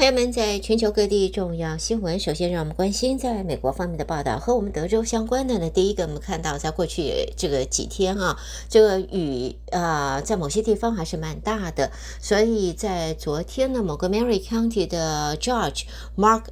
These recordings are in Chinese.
朋友们，在全球各地重要新闻，首先让我们关心在美国方面的报道。和我们德州相关的呢，第一个我们看到在过去这个几天啊，这个雨在某些地方还是蛮大的，所以在昨天呢，Montgomery County 的 Judge Mark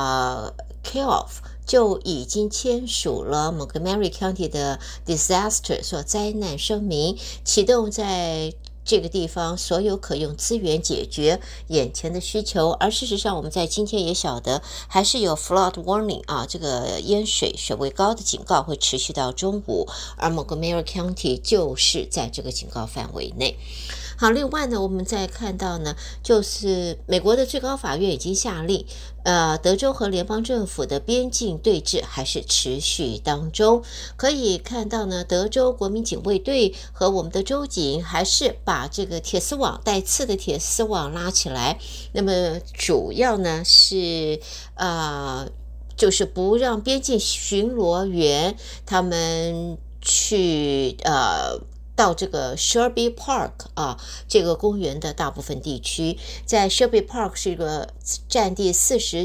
Keough 就已经签署了 Montgomery County 的 Disaster 所灾难声明，启动在这个地方所有可用资源解决眼前的需求。而事实上我们在今天也晓得还是有 flood warning 这个淹水水位高的警告会持续到中午，而 Montgomery County 就是在这个警告范围内。好，另外呢，我们再看到呢，就是美国的最高法院已经下令，德州和联邦政府的边境对峙还是持续当中。可以看到呢，德州国民警卫队和我们的州警还是把这个铁丝网带刺的铁丝网拉起来。那么主要呢是就是不让边境巡逻员他们去到这个 Shelby Park 这个公园的大部分地区。在 Shelby Park 是一个占地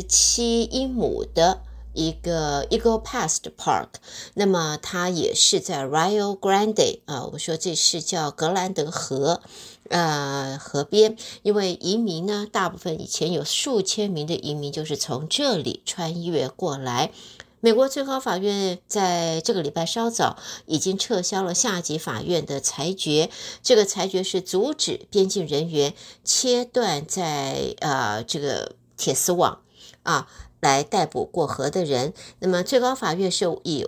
47英亩的一个 Eagle Pass Park， 那么它也是在 Rio Grande 我们说这是叫格兰德河河边，因为移民呢，大部分以前有数千名的移民就是从这里穿越过来。美国最高法院在这个礼拜稍早已经撤销了下级法院的裁决，这个裁决是阻止边境人员切断在这个铁丝网来逮捕过河的人。那么最高法院是以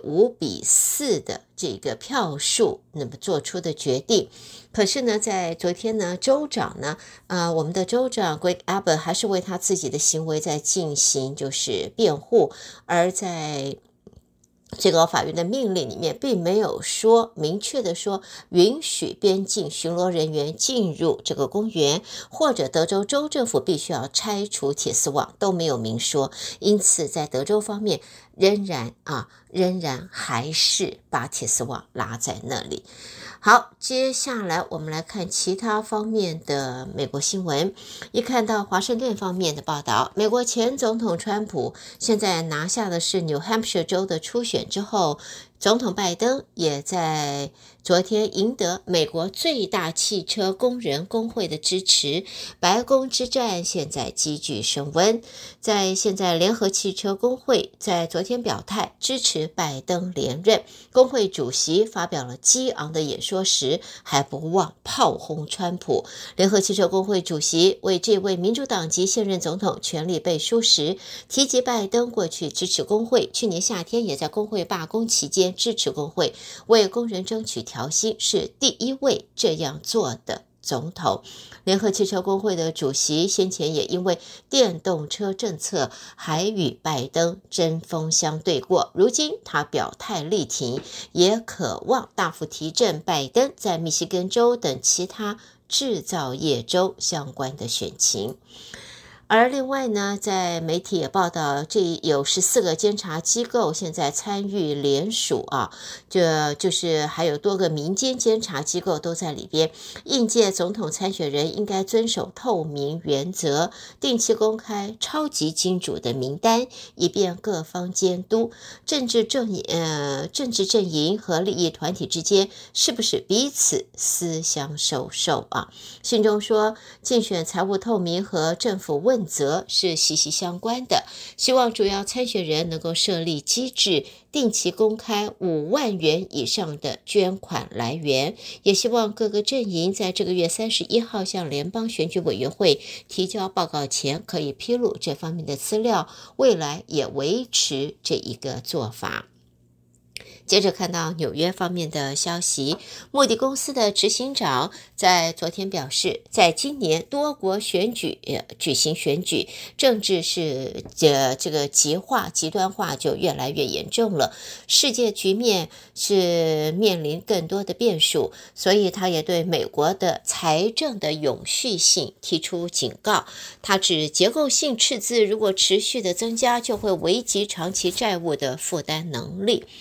5-4的这个票数那么做出的决定。可是呢，在昨天呢，州长呢我们的州长 Greg Abbott 还是为他自己的行为在进行就是辩护，而在最高法院的命令里面并没有说明确的说允许边境巡逻人员进入这个公园，或者德州州政府必须要拆除铁丝网，都没有明说。因此在德州方面仍然还是把铁丝网拉在那里。好，接下来我们来看其他方面的美国新闻。一看到华盛顿方面的报道，美国前总统川普现在拿下的是 New Hampshire 州的初选之后，总统拜登也在昨天赢得美国最大汽车工人工会的支持，白宫之战现在急剧升温。在现在联合汽车工会在昨天表态支持拜登连任，工会主席发表了激昂的演说时还不忘炮轰川普。联合汽车工会主席为这位民主党籍现任总统全力背书时提及拜登过去支持工会，去年夏天也在工会罢工期间支持工会，为工人争取调薪，是第一位这样做的总统。联合汽车工会的主席先前也因为电动车政策还与拜登针锋相对过，如今他表态力挺，也渴望大幅提振拜登在密西根州等其他制造业州相关的选情。而另外呢，在媒体也报道，这有14个监察机构现在参与联署就是还有多个民间监察机构都在里边。应届总统参选人应该遵守透明原则，定期公开超级金主的名单，以便各方监督政治阵营和利益团体之间是不是彼此私相授受信中说，竞选财务透明和政府问责是息息相关的，希望主要参选人能够设立机制，定期公开5万元以上的捐款来源，也希望各个阵营在这个月31号向联邦选举委员会提交报告前可以披露这方面的资料，未来也维持这一个做法。接着看到纽约方面的消息，穆迪公司的执行长在昨天表示，在今年多国举行选举，政治是这个极端化就越来越严重了，世界局面是面临更多的变数，所以他也对美国的财政的永续性提出警告。他指结构性赤字如果持续的增加，就会危及长期债务的负担能力。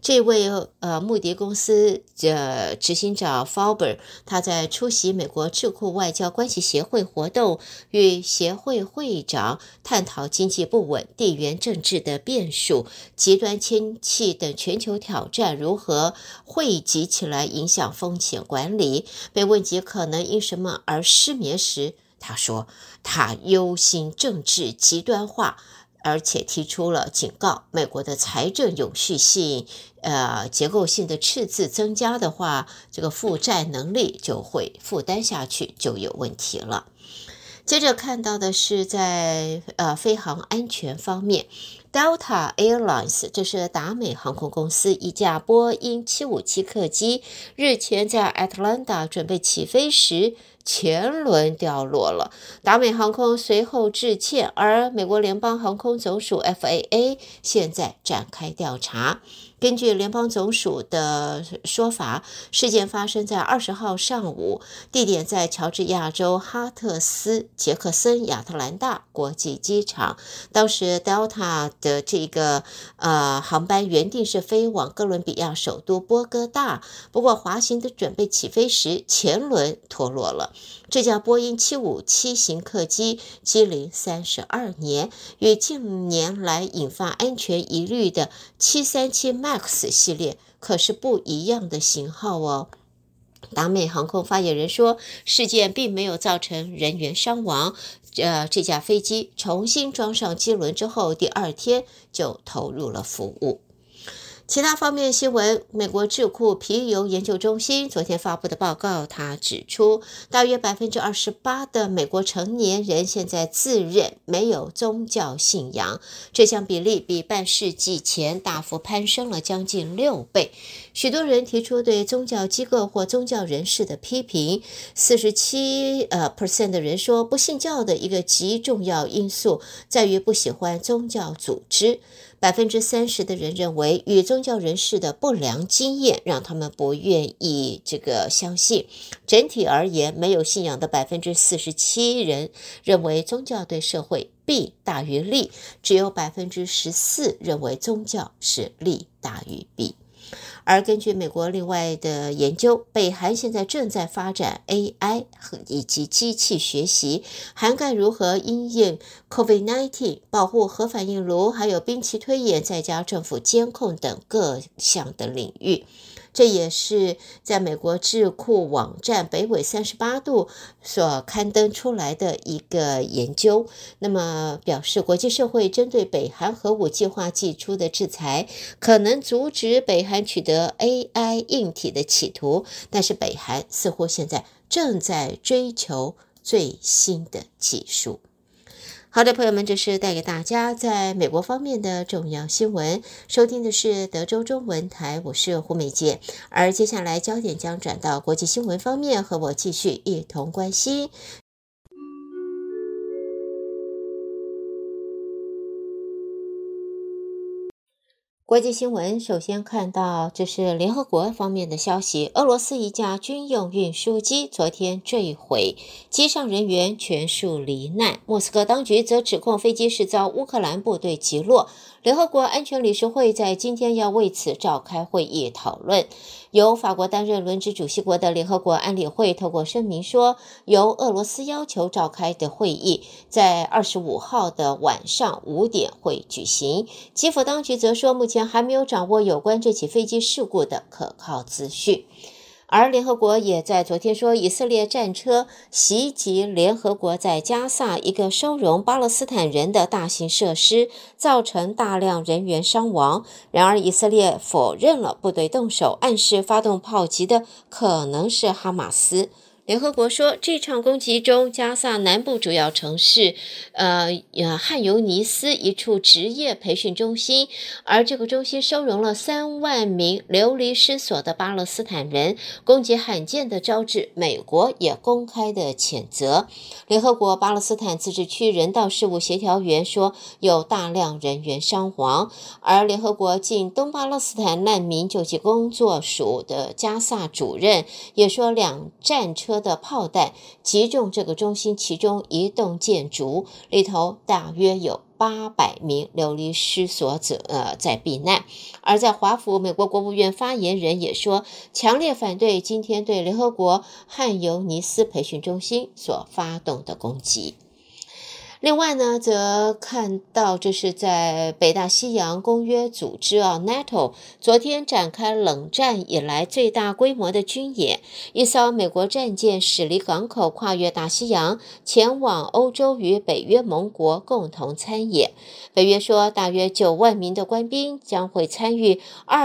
这位穆迪公司执行长 Faber， 他在出席美国智库外交关系协会活动，与协会会长探讨经济不稳、地缘政治的变数、极端天气等全球挑战如何汇集起来影响风险管理。被问及可能因什么而失眠时，他说他忧心政治极端化，而且提出了警告，美国的财政永续性结构性的赤字增加的话，这个负债能力就会负担下去，就有问题了。接着看到的是在飞航安全方面， Delta Airlines 这是达美航空公司一架波音757客机日前在 Atlanta 准备起飞时前轮掉落了，达美航空随后致歉，而美国联邦航空总署 FAA 现在展开调查。根据联邦总署的说法，事件发生在20号上午，地点在乔治亚州哈特斯杰克森亚特兰大国际机场。当时 Delta 的这个航班原定是飞往哥伦比亚首都波哥大，不过滑行的准备起飞时前轮脱落了。这架波音757型客机机龄32年，与近年来引发安全疑虑的737 MAX 系列可是不一样的型号哦。达美航空发言人说，事件并没有造成人员伤亡，这架飞机重新装上机轮之后，第二天就投入了服务。其他方面新闻，美国智库皮尤研究中心昨天发布的报告，它指出，大约 28% 的美国成年人现在自认没有宗教信仰，这项比例比半世纪前大幅攀升了将近6倍。许多人提出对宗教机构或宗教人士的批评， 47% 的人说不信教的一个极重要因素在于不喜欢宗教组织， 30% 的人认为与宗教人士的不良经验让他们不愿意相信。整体而言，没有信仰的 47% 人认为宗教对社会弊大于利，只有 14% 认为宗教是利大于弊。而根据美国另外的研究，北韩现在正在发展 AI 以及机器学习，涵盖如何因应 COVID-19、 保护核反应炉，还有兵棋推演，再加政府监控等各项的领域。这也是在美国智库网站北纬38度所刊登出来的一个研究，那么表示国际社会针对北韩核武计划祭出的制裁可能阻止北韩取得 AI 硬体的企图，但是北韩似乎现在正在追求最新的技术。好的，朋友们，这是带给大家在美国方面的重要新闻。收听的是德州中文台，我是胡美姐。而接下来焦点将转到国际新闻方面，和我继续一同关心。国际新闻首先看到，这是联合国方面的消息，俄罗斯一架军用运输机昨天坠毁，机上人员全数罹难。莫斯科当局则指控飞机是遭乌克兰部队击落。联合国安全理事会在今天要为此召开会议讨论。由法国担任轮值主席国的联合国安理会透过声明说，由俄罗斯要求召开的会议在25号的晚上5点会举行。基辅当局则说，目前还没有掌握有关这起飞机事故的可靠资讯。而联合国也在昨天说，以色列战车袭击联合国在加萨一个收容巴勒斯坦人的大型设施，造成大量人员伤亡。然而以色列否认了部队动手，暗示发动炮击的可能是哈马斯。联合国说，这场攻击中，加萨南部主要城市汉尤尼斯一处职业培训中心，而这个中心收容了3万名流离失所的巴勒斯坦人，攻击罕见的招致美国也公开的谴责。联合国巴勒斯坦自治区人道事务协调员说，有大量人员伤亡，而联合国近东巴勒斯坦难民救济工作署的加萨主任也说，2战车的炮弹击中这个中心其中一栋建筑，里头大约有 800名流离失所者在避难。而在华府，美国国务院发言人也说，强烈反对今天对联合国汉尤尼斯培训中心所发动的攻击。另外呢，则看到这是在北大西洋公约组织NATO 昨天展开冷战以来最大规模的军演，一艘美国战舰驶离港口，跨越大西洋，前往欧洲与北约盟国共同参演。北约说，大约9万名的官兵将会参与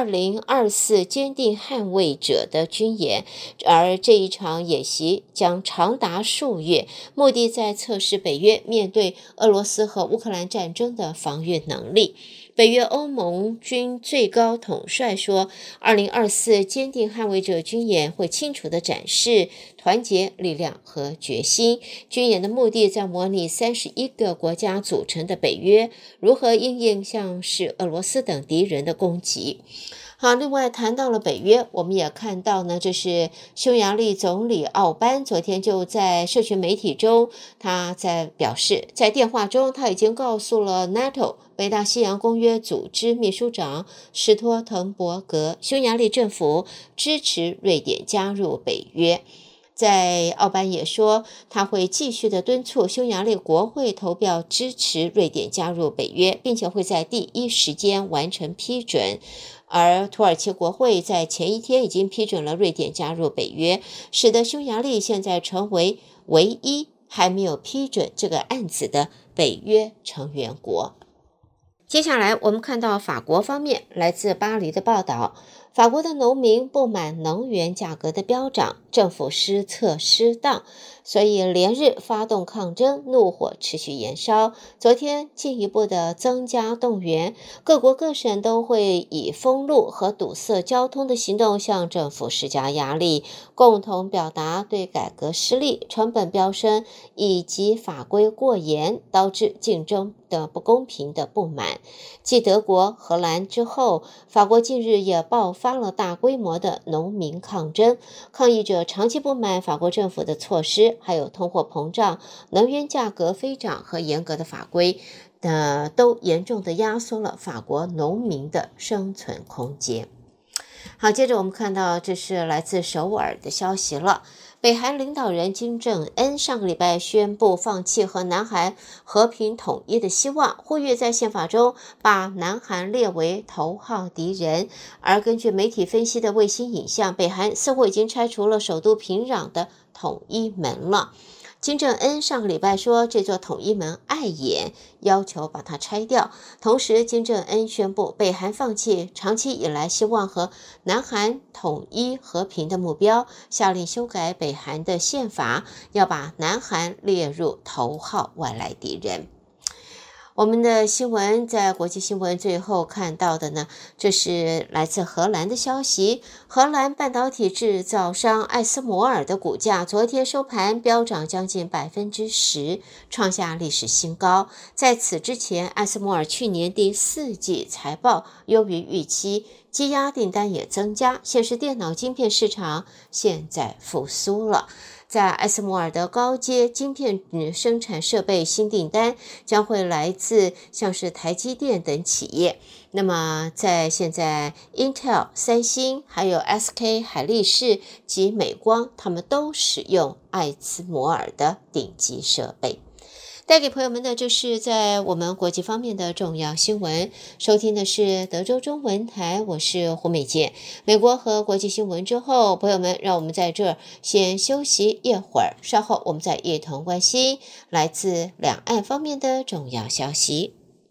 2024坚定捍卫者的军演，而这一场演习将长达数月，目的在测试北约面对俄罗斯和乌克兰战争的防御能力。北约欧盟军最高统帅说，2024坚定捍卫者军演会清楚地展示团结力量和决心。军演的目的在模拟31个国家组成的北约如何因应像是俄罗斯等敌人的攻击。好，另外谈到了北约，我们也看到呢，这是匈牙利总理奥班昨天就在社群媒体中，他在表示，在电话中他已经告诉了 NATO 北大西洋公约组织秘书长史托滕伯格，匈牙利政府支持瑞典加入北约。在奥班也说，他会继续的敦促匈牙利国会投票支持瑞典加入北约，并且会在第一时间完成批准。而土耳其国会在前一天已经批准了瑞典加入北约，使得匈牙利现在成为唯一还没有批准这个案子的北约成员国。接下来我们看到法国方面，来自巴黎的报道，法国的农民不满能源价格的飙涨，政府施策失当，所以连日发动抗争，怒火持续延烧。昨天进一步的增加动员，各国各省都会以封路和堵塞交通的行动向政府施加压力，共同表达对改革失利、成本飙升以及法规过严导致竞争的不公平的不满。继德国、荷兰之后，法国近日也爆发了大规模的农民抗争，抗议者长期不满法国政府的措施，还有通货膨胀、能源价格飞涨和严格的法规，都严重的压缩了法国农民的生存空间。好，接着我们看到这是来自首尔的消息了。北韩领导人金正恩上个礼拜宣布放弃和南韩和平统一的希望，呼吁在宪法中把南韩列为头号敌人。而根据媒体分析的卫星影像，北韩似乎已经拆除了首都平壤的统一门了。金正恩上个礼拜说，这座统一门碍眼，要求把它拆掉。同时，金正恩宣布北韩放弃长期以来希望和南韩统一和平的目标，下令修改北韩的宪法，要把南韩列入头号外来敌人。我们的新闻在国际新闻最后看到的呢，这是来自荷兰的消息。荷兰半导体制造商艾斯摩尔的股价昨天收盘飙涨将近 10%， 创下历史新高。在此之前，艾斯摩尔去年第4季财报优于预期，积压订单也增加，显示电脑晶片市场现在复苏了。在艾斯摩尔的高阶晶片生产设备新订单将会来自像是台积电等企业。那么在现在 Intel、三星还有 SK 海力士及美光，他们都使用艾斯摩尔的顶级设备。带给朋友们的就是在我们国际方面的重要新闻。收听的是德州中文台，我是胡美健。美国和国际新闻之后，朋友们让我们在这儿先休息一会儿，稍后我们再一同关心来自两岸方面的重要消息。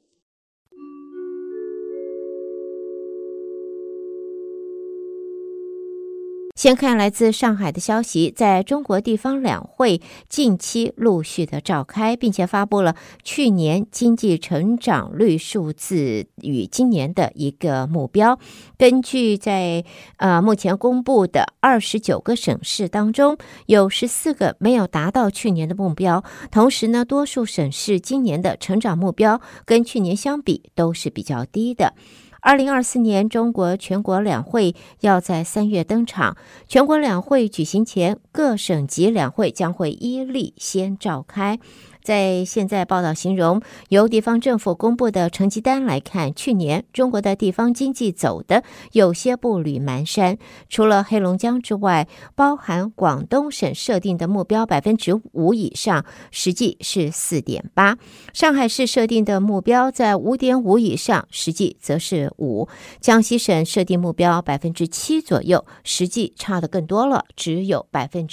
先看来自上海的消息，在中国地方两会近期陆续的召开，并且发布了去年经济成长率数字与今年的一个目标。根据在目前公布的29个省市当中，有14个没有达到去年的目标，同时呢，多数省市今年的成长目标跟去年相比都是比较低的。2024年中国全国两会要在3月登场，全国两会举行前，各省级两会将会依例先召开。 在现在报道形容，由地方政府公布的成绩单来看，去年中国的地方经济走的有些步履蹒跚。除了黑龙江之外，包含广东省设定的目标5%以上，实际是4.8%；上海市设定的目标在5.5%以上，实际则是5%；江西省设定目标7%左右，实际差得更多了，只有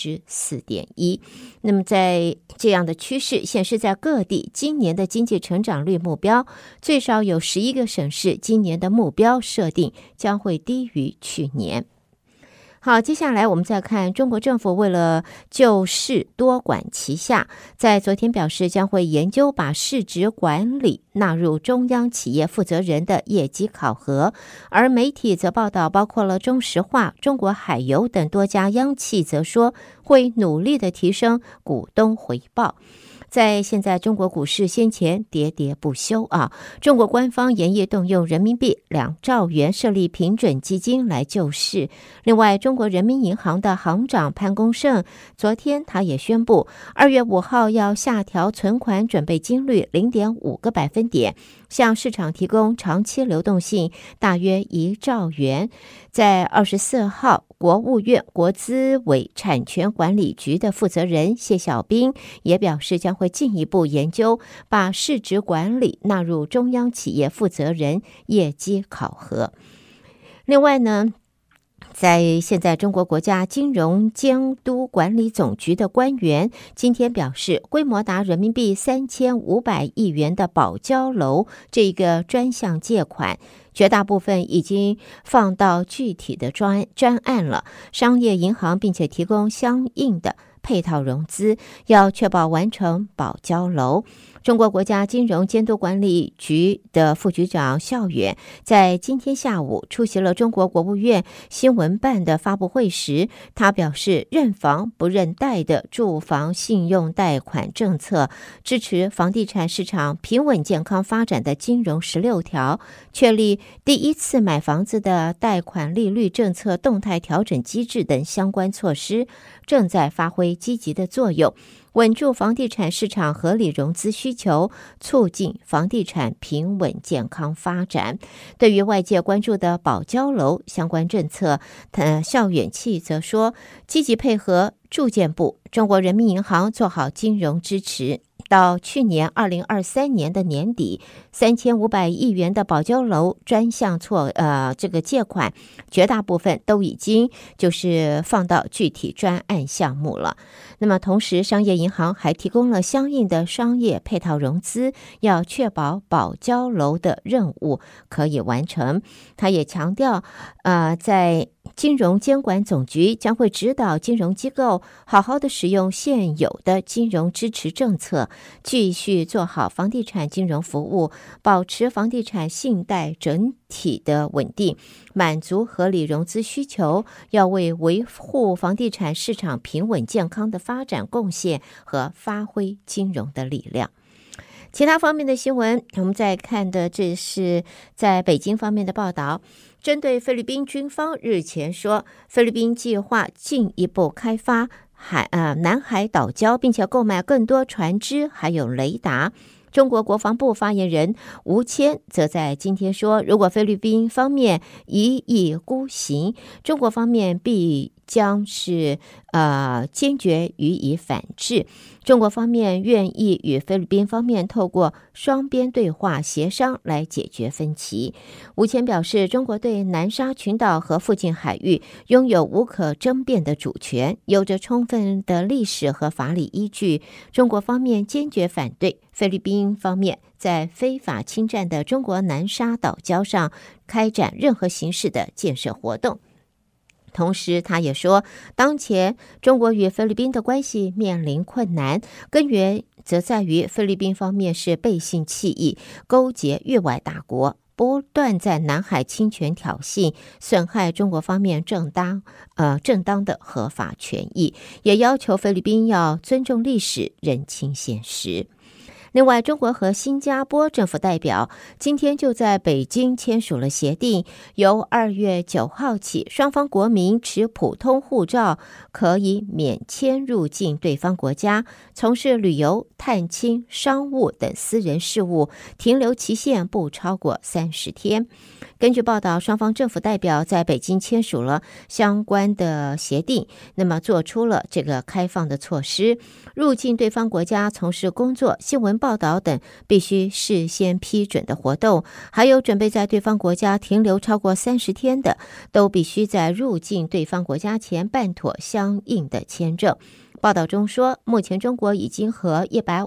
4.1%。那么在这样的趋势显示，在各地今年的经济成长率目标，最少有11个省市今年的目标设定将会低于去年。好，接下来我们再看中国政府为了救市多管齐下，在昨天表示将会研究把市值管理纳入中央企业负责人的业绩考核，而媒体则报道，包括了中石化、中国海油等多家央企则说会努力的提升股东回报。在现在中国股市先前喋喋不休中国官方严议动用人民币2兆元设立平准基金来救市。另外，中国人民银行的行长潘功胜昨天他也宣布，2月5号要下调存款准备金率0.5个百分点，向市场提供长期流动性大约1兆元。在24号，国务院国资委产权管理局的负责人谢小兵也表示，将会进一步研究把市值管理纳入中央企业负责人业绩考核。另外呢，在现在中国国家金融监督管理总局的官员今天表示，规模达人民币3500亿元的保交楼这个专项借款，绝大部分已经放到具体的专案了，商业银行并且提供相应的配套融资，要确保完成保交楼。中国国家金融监督管理局的副局长肖远在今天下午出席了中国国务院新闻办的发布会时，他表示，认房不认贷的住房信用贷款政策，支持房地产市场平稳健康发展的金融16条，确立第一次买房子的贷款利率政策动态调整机制等相关措施，正在发挥积极的作用，稳住房地产市场合理融资需求，促进房地产平稳健康发展。对于外界关注的保交楼相关政策，肖远气则说，积极配合住建部、中国人民银行做好金融支持。到去年2023年的年底，3500亿元的保交楼专项这个借款，绝大部分都已经就是放到具体专案项目了。那么同时，商业银行还提供了相应的商业配套融资，要确保保交楼的任务可以完成。他也强调，在金融监管总局将会指导金融机构好好的使用现有的金融支持政策，继续做好房地产金融服务，保持房地产信贷整体的稳定，满足合理融资需求，要为维护房地产市场平稳健康的发展贡献和发挥金融的力量。其他方面的新闻，我们再看的这是在北京方面的报道。针对菲律宾军方日前说，菲律宾计划进一步开发南海岛礁，并且购买更多船只还有雷达。中国国防部发言人吴谦则在今天说，如果菲律宾方面一意孤行，中国方面必将是坚决予以反制。中国方面愿意与菲律宾方面透过双边对话协商来解决分歧。吴谦表示，中国对南沙群岛和附近海域拥有无可争辩的主权，有着充分的历史和法理依据。中国方面坚决反对菲律宾方面在非法侵占的中国南沙岛礁上开展任何形式的建设活动。同时他也说，当前中国与菲律宾的关系面临困难，根源则在于菲律宾方面是背信弃义，勾结域外大国，不断在南海侵权挑衅，损害中国方面正当的合法权益，也要求菲律宾要尊重历史，认清现实。 另外，中国和新加坡政府代表今天就在北京签署了协定，由2月9号起，双方国民持普通护照可以免签入境对方国家，从事旅游、探亲、商务等私人事务，停留期限不超过30天。根据报道，双方政府代表在北京签署了相关的协定，那么做出了这个开放的措施，入境对方国家从事工作、新闻报道等必须事先批准的活动，还有准备在对方国家停留超过30天的，都必须在入境对方国家前办妥相应的签证。报道中说，目前中国已经和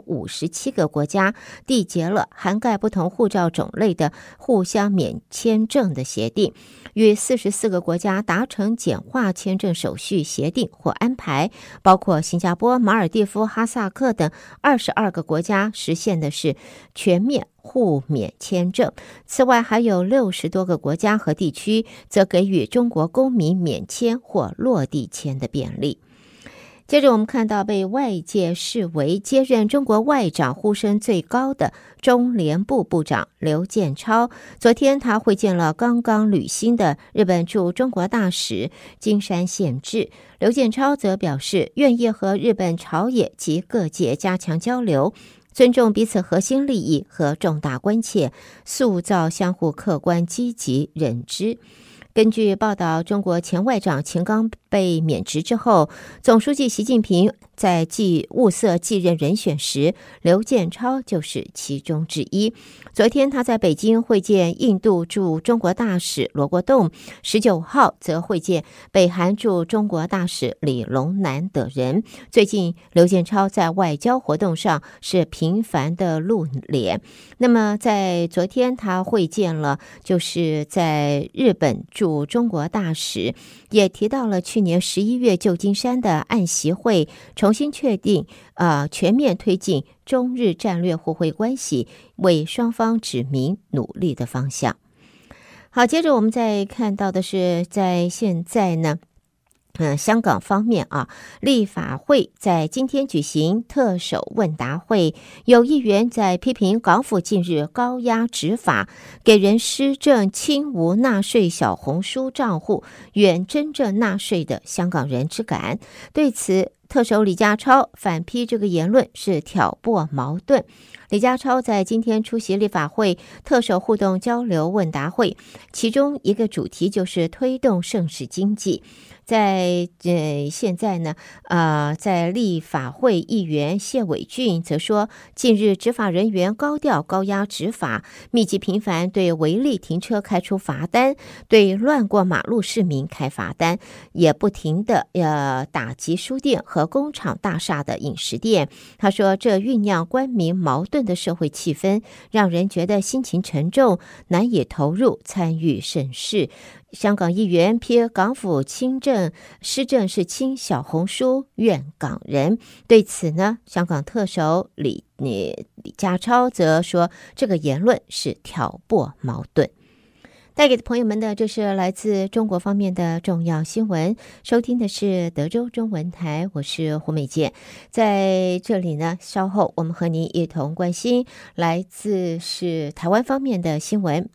157个国家缔结了涵盖不同护照种类的互相免签证的协定，与44个国家达成简化签证手续协定或安排，包括新加坡、马尔地夫、哈萨克等22个国家实现的是全面互免签证。此外，还有60多个国家和地区则给予中国公民免签或落地签的便利。接着我们看到，被外界视为接任中国外长呼声最高的中联部部长刘建超，昨天他会见了刚刚履新的日本驻中国大使金山宪治。刘建超则表示，愿意和日本朝野及各界加强交流，尊重彼此核心利益和重大关切，塑造相互客观积极认知。根据报道，中国前外长秦刚被免职之后，总书记习近平在物色继任人选时，刘建超就是其中之一。昨天他在北京会见印度驻中国大使罗国栋，19号则会见北韩驻中国大使李龙南等人。最近刘建超在外交活动上是频繁的露脸，那么在昨天他会见了就是在日本驻中国大使，也提到了去年11月旧金山的安习会，重新确定全面推进中日战略互惠关系，为双方指明努力的方向。好，接着我们再看到的是，在现在呢香港方面立法会在今天举行特首问答会，有议员在批评港府近日高压执法，给人施政轻无纳税小红书账户，远真正纳税的香港人之感。对此，特首李家超反批这个言论是挑拨矛盾。李家超在今天出席立法会特首互动交流问答会，其中一个主题就是推动盛世经济。在现在呢，在立法会议员谢伟俊则说，近日执法人员高调高压执法，密集频繁对违例停车开出罚单，对乱过马路市民开罚单，也不停的打击书店和工厂大厦的饮食店。他说，这酝酿官民矛盾的社会气氛，让人觉得心情沉重，难以投入参与审视。香港议员批港府施政是亲小红书怨港人。对此呢，香港特首李家超则说，这个言论是挑拨矛盾。带给朋友们的，这是来自中国方面的重要新闻。收听的是德州中文台，我是胡美健。在这里呢，稍后我们和您一同关心来自是台湾方面的新闻。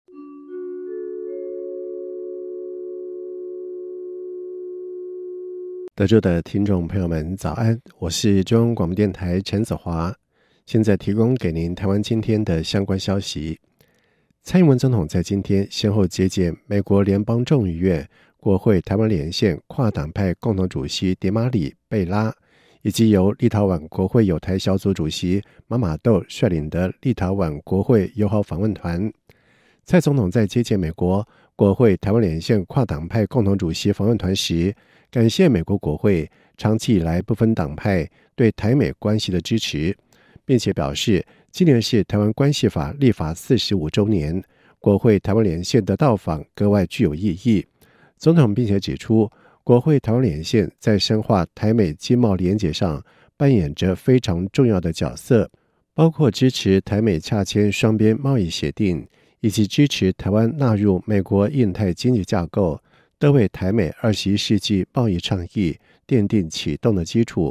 德州的听众朋友们早安，我是中央广播电台陈子华，现在提供给您台湾今天的相关消息。蔡英文总统在今天先后接见美国联邦众议院国会台湾连线跨党派共同主席迪马里贝拉，以及由立陶宛国会友台小组主席马马豆率领的立陶宛国会友好访问团。蔡总统在接见美国国会台湾连线跨党派共同主席访问团时，感谢美国国会长期以来不分党派对台美关系的支持，并且表示今年是台湾关系法立法45周年，国会台湾连线的到访格外具有意义。总统并且指出，国会台湾连线在深化台美经贸连结上扮演着非常重要的角色，包括支持台美洽签双边贸易协定，以及支持台湾纳入美国印太经济架构，都为台美21世纪贸易倡议奠定启动的基础。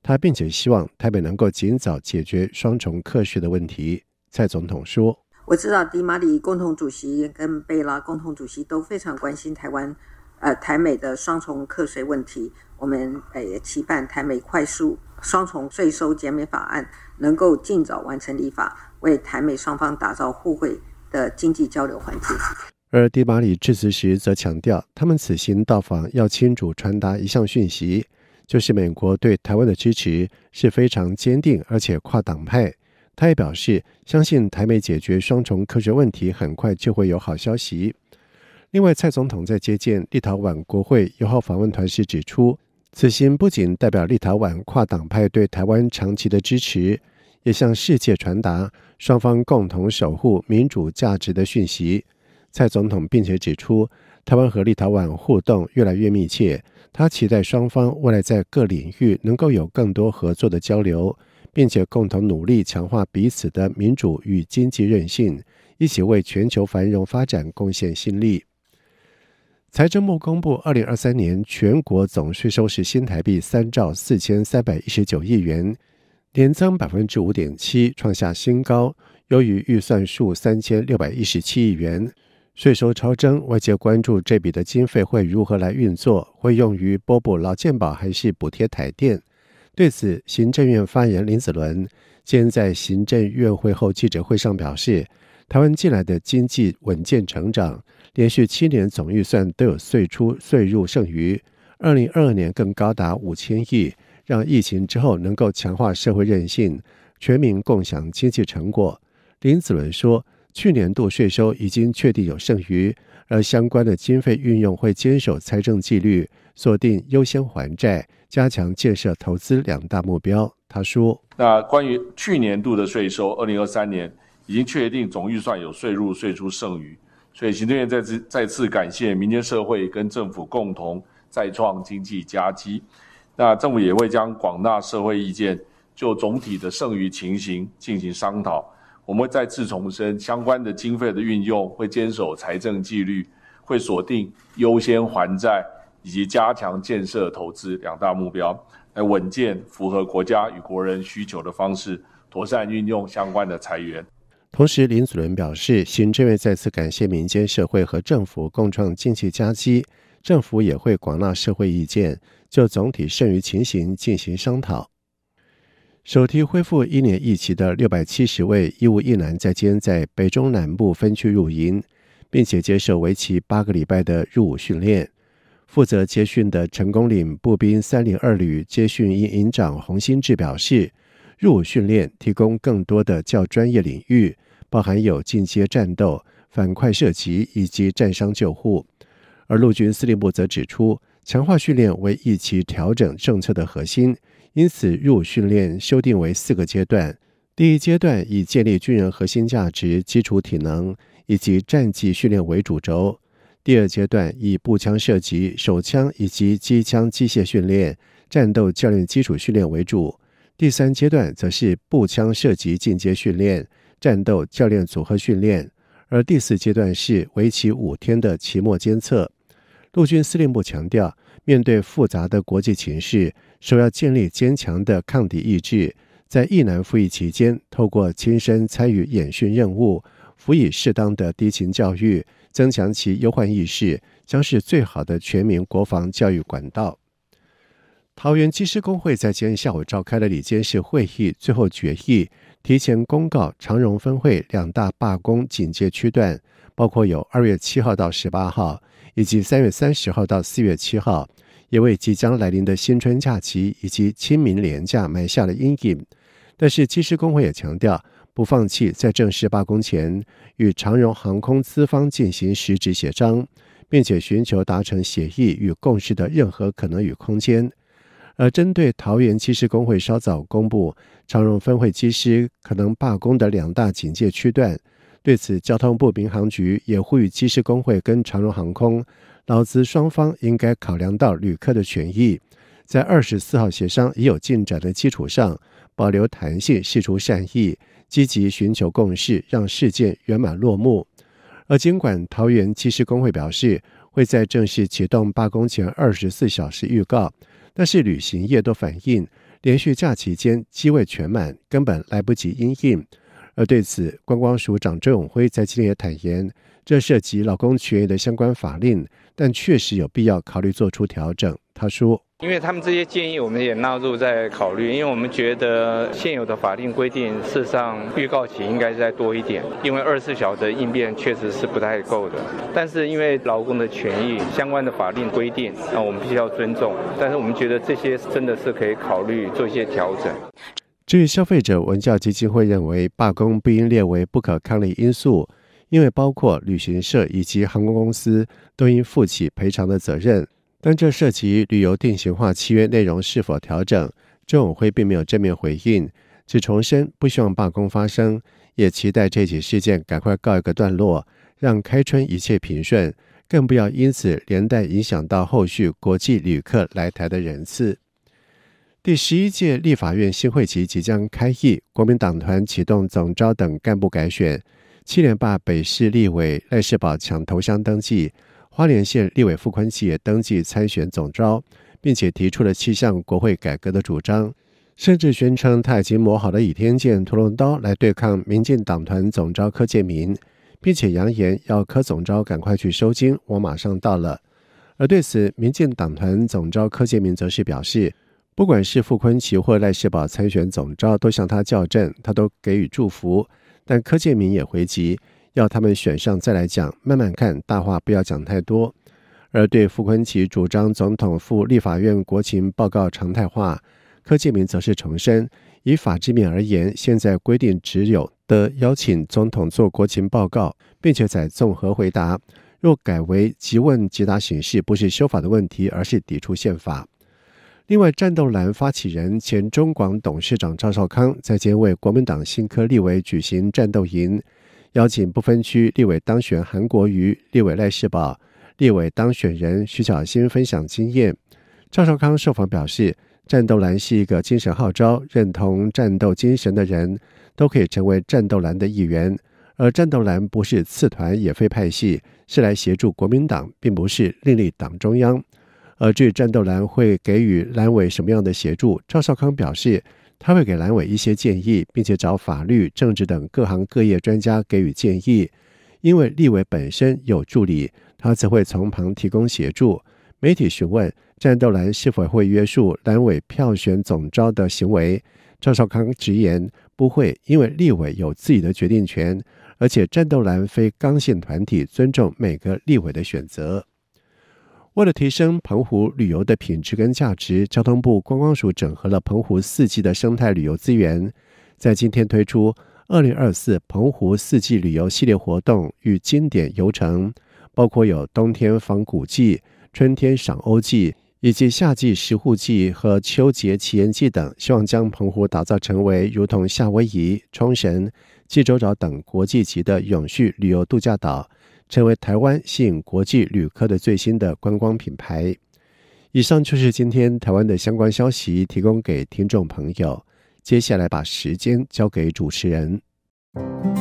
他并且希望台北能够尽早解决双重课税的问题。蔡总统说， 我知道迪马里共同主席跟贝拉共同主席都非常关心台美的双重课税问题，我们也期盼台美快速双重税收减免法案能够尽早完成立法，为台美双方打造互惠的经济交流环境。 而迪马里致辞时则强调，他们此行到访要清楚传达一项讯息，就是美国对台湾的支持是非常坚定而且跨党派。他也表示，相信台美解决双重课税问题很快就会有好消息。另外，蔡总统在接见立陶宛国会友好访问团时指出，此行不仅代表立陶宛跨党派对台湾长期的支持，也向世界传达双方共同守护民主价值的讯息。蔡总统并且指出，台湾和立陶宛互动越来越密切，他期待双方未来在各领域能够有更多合作的交流，并且共同努力强化彼此的民主与经济韧性，一起为全球繁荣发展贡献心力。财政部公布2023年全国总税收是新台币3兆4319亿元，年增 5.7%， 创下新高，优于预算数3617亿元。税收超征，外界关注这笔的经费会如何来运作，会用于拨补劳健保还是补贴台电。对此，行政院发言人林子伦今天在行政院会后记者会上表示，台湾近来的经济稳健成长，连续7年总预算都有税出税入剩余，2022年更高达5000亿，让疫情之后能够强化社会韧性，全民共享经济成果。林子伦说，去年度税收已经确定有剩余，而相关的经费运用会坚守财政纪律，锁定优先还债，加强建设投资2大目标。他说， 那关于去年度的税收，2023年已经确定总预算有税入税出剩余，所以行政院再次感谢民间社会跟政府共同再创经济佳绩。那政府也会将广纳社会意见，就总体的剩余情形进行商讨。我们会再次重申，相关的经费的运用会坚守财政纪律，会锁定优先还债以及加强建设投资2大目标，来稳健符合国家与国人需求的方式，妥善运用相关的财源。 同时，林主任表示，行政院再次感谢民间社会和政府共创经济佳绩，政府也会广纳社会意见，就总体剩余情形进行商讨。首批恢复1年役期的670位义务役男在今天在北中南部分区入营，并且接受为期8个礼拜的入伍训练。负责接训的成功岭步兵302旅接训营长洪新志表示，入伍训练提供更多的较专业领域，包含有进阶战斗、反快射击以及战伤救护。而陆军司令部则指出，强化训练为役期调整政策的核心，因此入伍训练修订为4个阶段。第一阶段以建立军人核心价值、基础体能以及战技训练为主轴，第二阶段以步枪射击、手枪以及机枪机械训练、战斗教练基础训练为主，第三阶段则是步枪射击进阶训练、战斗教练组合训练，而第4阶段是为期5天的期末监测。陆军司令部强调，面对复杂的国际情势，首要建立坚强的抗敌意志，在役男服役期间，透过亲身参与演训任务，辅以适当的敌情教育，增强其忧患意识，将是最好的全民国防教育管道。桃园机师工会在今天下午召开了理监事会议，最后决议提前公告长荣分会2大罢工警戒区段，包括有2月7号到18号，以及3月30号到4月7号，也为即将来临的新春假期以及清明连假埋下了阴影。但是机师工会也强调，不放弃在正式罢工前与长荣航空资方进行实质协商，并且寻求达成协议与共识的任何可能与空间。而针对桃园机师工会稍早公布长荣分会机师可能罢工的2大警戒区段，对此交通部民航局也呼吁机师工会跟长荣航空劳资双方应该考量到旅客的权益，在24号协商已有进展的基础上，保留弹性，释出善意，积极寻求共识，让事件圆满落幕。而尽管桃园机师工会表示会在正式启动罢工前24小时预告，但是旅行业都反映连续假期间机位全满，根本来不及因应。而对此，观光署长周永辉在今天也坦言，这涉及劳工权益的相关法令，但确实有必要考虑做出调整。他说， 因为他们这些建议我们也纳入在考虑，因为我们觉得现有的法令规定事实上预告期应该再多一点，因为24小时的应变确实是不太够的。但是因为劳工的权益相关的法令规定，我们必须要尊重，但是我们觉得这些真的是可以考虑做一些调整。 至于消费者文教基金会认为，罢工不应列为不可抗力因素，因为包括旅行社以及航空公司都应负起赔偿的责任。但这涉及旅游定型化契约内容是否调整，周永辉并没有正面回应，只重申不希望罢工发生，也期待这起事件赶快告一个段落，让开春一切平顺，更不要因此连带影响到后续国际旅客来台的人次。第11届立法院新会期即将开议，国民党团启动总召等干部改选，7连霸北市立委赖士葆抢头香登记，花莲县立委傅昆萁也登记参选总召，并且提出了7项国会改革的主张，甚至宣称他已经磨好了倚天剑、屠龙刀来对抗民进党团总召柯建铭，并且扬言要柯总召赶快去收金，我马上到了。而对此，民进党团总召柯建铭则是表示，不管是傅昆萁或赖士葆参选总召都向他校正，他都给予祝福，但柯建铭也回击，要他们选上再来讲，慢慢看，大话不要讲太多。而对傅昆萁主张总统赴立法院国情报告常态化，柯建铭则是重申，以法制面而言，现在规定只有的邀请总统做国情报告，并且在综合回答，若改为即问即答形式，不是修法的问题，而是抵触宪法。另外，战斗蓝发起人前中广董事长赵少康在今天为国民党新科立委举行战斗营，邀请不分区立委当选韩国瑜、立委赖士葆、立委当选人徐巧芯分享经验。赵少康受访表示，战斗蓝是一个精神号召、认同战斗精神的人都可以成为战斗蓝的一员，而战斗蓝不是次团，也非派系，是来协助国民党，并不是另立党中央。而至于战斗蓝会给予蓝委什么样的协助，赵少康表示，他会给蓝委一些建议，并且找法律、政治等各行各业专家给予建议。因为立委本身有助理，他则会从旁提供协助。媒体询问战斗蓝是否会约束蓝委票选总召的行为，赵少康直言不会，因为立委有自己的决定权，而且战斗蓝非刚性团体，尊重每个立委的选择。为了提升澎湖旅游的品质跟价值，交通部观光署整合了澎湖4季的生态旅游资源，在今天推出2024澎湖4季旅游系列活动与经典游程，包括有冬天访古季、春天赏欧季，以及夏季石斛季和秋节奇岩季等，希望将澎湖打造成为如同夏威夷、冲绳、济州岛等国际级的永续旅游度假岛，成为台湾吸引国际旅客的最新的观光品牌。以上就是今天台湾的相关消息，提供给听众朋友。接下来把时间交给主持人。